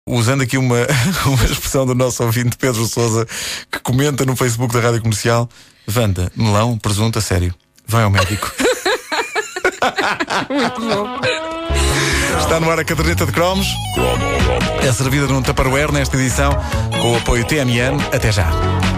usando aqui uma expressão do nosso ouvinte Pedro Sousa, que comenta no Facebook da Rádio Comercial: Wanda, melão, presunto, a sério, vai ao médico. Muito bom. Está no ar a caderneta de cromos. É servida num Tupperware nesta edição, com o apoio TMN. Até já.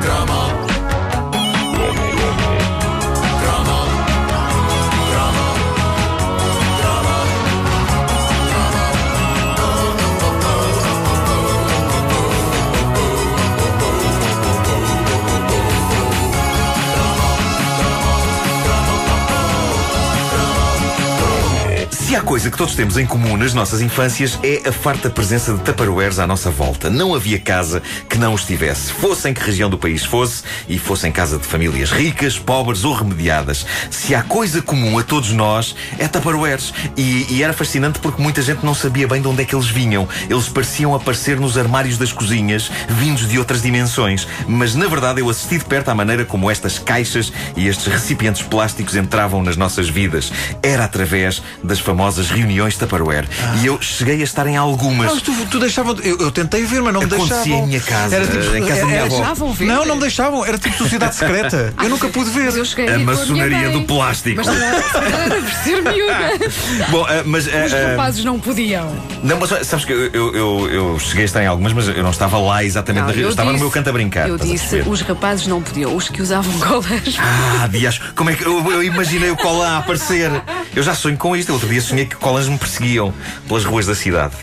Se há coisa que todos temos em comum nas nossas infâncias é a farta presença de Tupperwares à nossa volta. Não havia casa que não os tivesse, fosse em que região do país fosse, e fosse em casa de famílias ricas, pobres ou remediadas. Se há coisa comum a todos nós, é Tupperwares. E era fascinante porque muita gente não sabia bem de onde é que eles vinham. Eles pareciam aparecer nos armários das cozinhas, vindos de outras dimensões. Mas, na verdade, eu assisti de perto à maneira como estas caixas e estes recipientes plásticos entravam nas nossas vidas. Era através das famosas reuniões Tupperware. E eu cheguei a estar em algumas. Não, tu deixavam. Eu tentei ver, mas não me deixavam. Acontecia em minha casa, era tipo, em casa da minha avó. Deixavam ver? Não me deixavam. Era tipo sociedade secreta. Eu nunca pude ver. Eu cheguei A com maçonaria minha mãe. do plástico. Mas não era por ser miúda. Bom, mas Os rapazes não podiam. não, mas sabes que eu cheguei a estar em algumas, mas eu não estava lá exatamente. Não, eu estava no disse- meu canto a brincar. Eu estás a disse, perceber? os rapazes não podiam, os que usavam colas. Dias, como é que eu imaginei o Colan a aparecer? Eu já sonho com isto. Outro dia sonhei que Colans me perseguiam pelas ruas da cidade.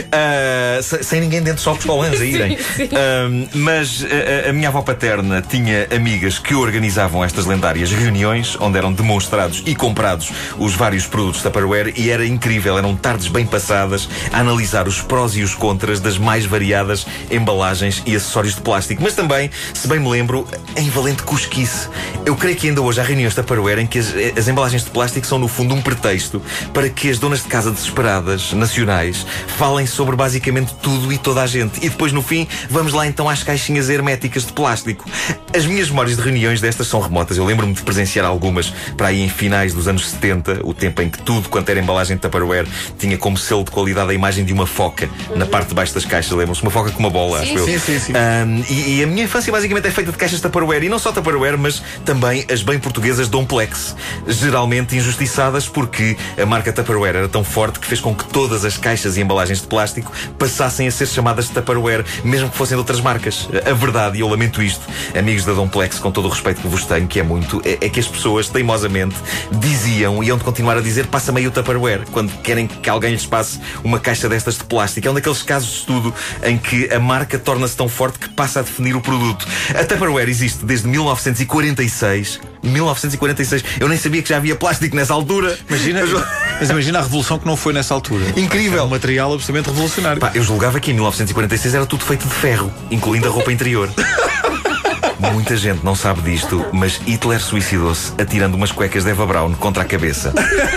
Sem ninguém dentro, só com os Colans a irem. Sim. Mas a minha avó paterna tinha amigas que organizavam estas lendárias reuniões onde eram demonstrados e comprados os vários produtos Tupperware, e era incrível. Eram tardes bem passadas a analisar os prós e os contras das mais variadas embalagens e acessórios de plástico. Mas também, se bem me lembro, em valente cosquice. Eu creio que ainda hoje há reuniões Tupperware em que as embalagens de plástico são no fundo um pretexto para que as donas de casa desesperadas, nacionais, falem sobre basicamente tudo e toda a gente. E depois, no fim, vamos lá então às caixinhas herméticas de plástico. As minhas memórias de reuniões destas são remotas. Eu lembro-me de presenciar algumas para aí em finais dos anos 70, o tempo em que tudo quanto era embalagem de Tupperware tinha como selo de qualidade a imagem de uma foca na parte de baixo das caixas. Lembram-se? Uma foca com uma bola, acho eu. Sim. E a minha infância basicamente é feita de caixas Tupperware. E não só Tupperware, mas também as bem portuguesas Domplex. Geralmente injustiçadas porque a marca Tupperware era tão forte que fez com que todas as caixas e embalagens de plástico passassem a ser chamadas de Tupperware, mesmo que fossem de outras marcas. A verdade, e eu lamento isto, amigos da Domplex, com todo o respeito que vos tenho, que é muito, é que as pessoas teimosamente diziam, e iam de continuar a dizer, passa meio Tupperware, quando querem que alguém lhes passe uma caixa destas de plástico. É um daqueles casos de estudo em que a marca torna-se tão forte que passa a definir o produto. A Tupperware existe desde 1946. 1946. Eu nem sabia que já havia plástico nessa altura. Mas imagina a revolução que não foi nessa altura. Incrível. É um material absolutamente revolucionário. Pá, eu julgava que em 1946 era tudo feito de ferro, incluindo a roupa interior. Muita gente não sabe disto, mas Hitler suicidou-se atirando umas cuecas de Eva Braun contra a cabeça.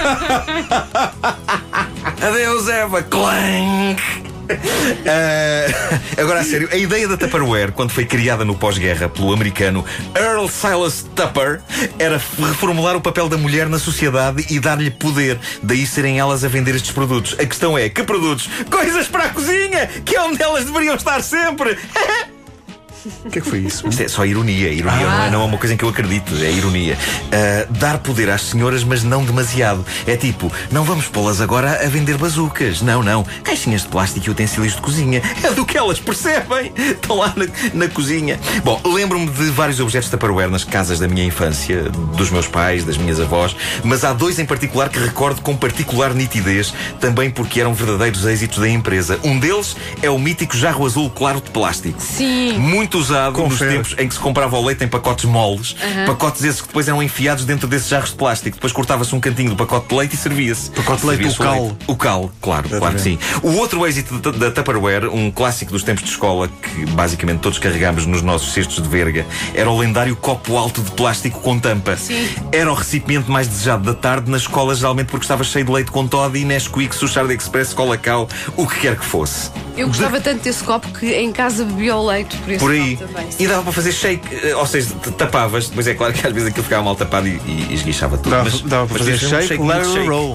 Adeus, Eva! Clank! Agora a sério, a ideia da Tupperware, quando foi criada no pós-guerra pelo americano Earl Silas Tupper, era reformular o papel da mulher na sociedade e dar-lhe poder. Daí serem elas a vender estes produtos. A questão é, que produtos? Coisas para a cozinha, que é onde elas deveriam estar sempre. O que é que foi isso? Isto é só ironia. Ironia não é uma coisa em que eu acredito, é ironia. Dar poder às senhoras, mas não demasiado. É tipo, não vamos pô-las agora a vender bazucas. Não. Caixinhas de plástico e utensílios de cozinha. É do que elas percebem. Estão lá na cozinha. Bom, lembro-me de vários objetos Tupperware nas casas da minha infância, dos meus pais, das minhas avós, mas há dois em particular que recordo com particular nitidez, também porque eram verdadeiros êxitos da empresa. Um deles é o mítico jarro azul claro de plástico. Sim. Muito usado nos tempos em que se comprava o leite em pacotes moles. Pacotes esses que depois eram enfiados dentro desses jarros de plástico. Depois cortava-se um cantinho do pacote de leite e servia-se. Pacote de leite, o cal. O cal, claro que sim. O outro êxito da Tupperware, um clássico dos tempos de escola, que basicamente todos carregámos nos nossos cestos de verga, era o lendário copo alto de plástico com tampa. Sim. Era o recipiente mais desejado da tarde na escola, geralmente porque estava cheio de leite com Toddy, Nesquik, Suchard Express, Colacau, o que quer que fosse. Eu gostava tanto desse copo que em casa bebia o leite por aí. copo também. E dava para fazer shake, ou seja, tapavas. Depois é claro que às vezes aquilo ficava mal tapado e esguichava tudo. Dava para fazer shake, lateral roll.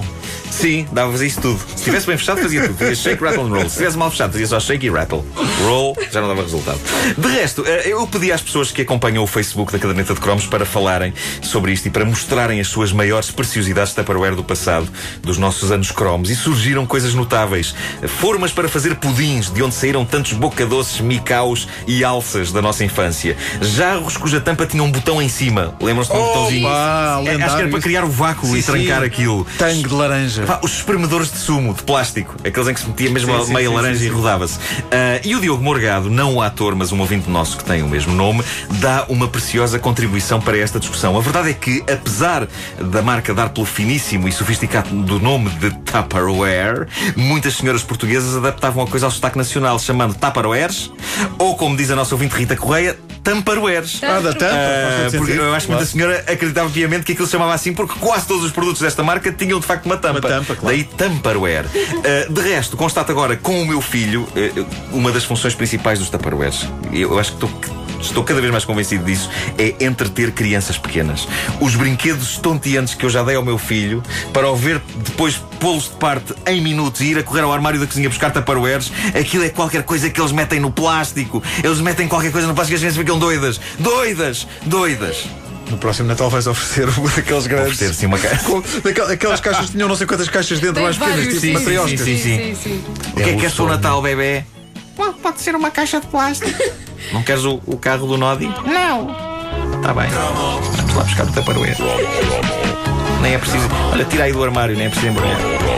Sim, dava a fazer isso tudo. Se estivesse bem fechado, fazia tudo. Fazia shake, rattle and roll. Se estivesse mal fechado, fazia só shake e rattle. Roll, já não dava resultado. De resto, eu pedi às pessoas que acompanham o Facebook da Caderneta de Cromos para falarem sobre isto e para mostrarem as suas maiores preciosidades Tupperware do passado, dos nossos anos cromos. E surgiram coisas notáveis. Formas para fazer pudins, de onde saíram tantos bocadoces, micaus e alças da nossa infância. Jarros cuja tampa tinha um botão em cima. Lembram-se de um botãozinho? Acho que era para criar o vácuo e trancar aquilo. Tangue de laranja. Os espremedores de sumo, de plástico. Aqueles em que se metia mesmo a meia laranja e rodava-se. E o Diogo Morgado, não o ator, mas um ouvinte nosso que tem o mesmo nome, dá uma preciosa contribuição para esta discussão. A verdade é que, apesar da marca dar pelo finíssimo e sofisticado do nome de Tupperware, muitas senhoras portuguesas adaptavam a coisa ao sotaque nacional, chamando Tupperwares, ou como diz a nossa ouvinte Rita Correia, Tamparwares. Da tampa. Porque eu acho que muita senhora acreditava piamente que aquilo se chamava assim porque quase todos os produtos desta marca tinham de facto uma tampa. Claro. Daí Tupperware. De resto, constato agora com o meu filho uma das funções principais dos Tupperwares. Eu acho que estou cada vez mais convencido disso, é entreter crianças pequenas. Os brinquedos estonteantes que eu já dei ao meu filho, para o ver depois pô-los de parte em minutos e ir a correr ao armário da cozinha buscar Tupperwares, aquilo é qualquer coisa que eles metem no plástico. Eles metem qualquer coisa no plástico e as crianças ficam doidas. Doidas. No próximo Natal vais oferecer uma daqueles grandes. Oferecer, sim, uma caixa. Aquelas caixas tinham não sei quantas caixas dentro, mais pequenas, tipo matrioscas. Sim. O que é que és para o Natal, bebê? Pode ser uma caixa de plástico. Não queres o carro do Nodi? Não. Está bem. Vamos lá buscar o Tupperware. Nem é preciso. Olha, tira aí do armário, nem é preciso embrulhar.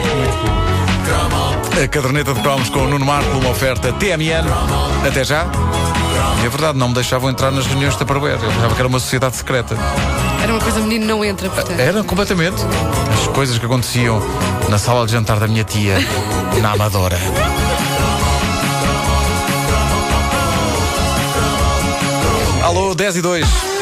A Caderneta de Cromos com o Nuno Marco, uma oferta TMN. Até já. É verdade, não me deixavam entrar nas reuniões de Tupperware. Eu pensava que era uma sociedade secreta. Era uma coisa, menino não entra, portanto. Era completamente. As coisas que aconteciam na sala de jantar da minha tia, na Amadora. Alô, 10 e 2.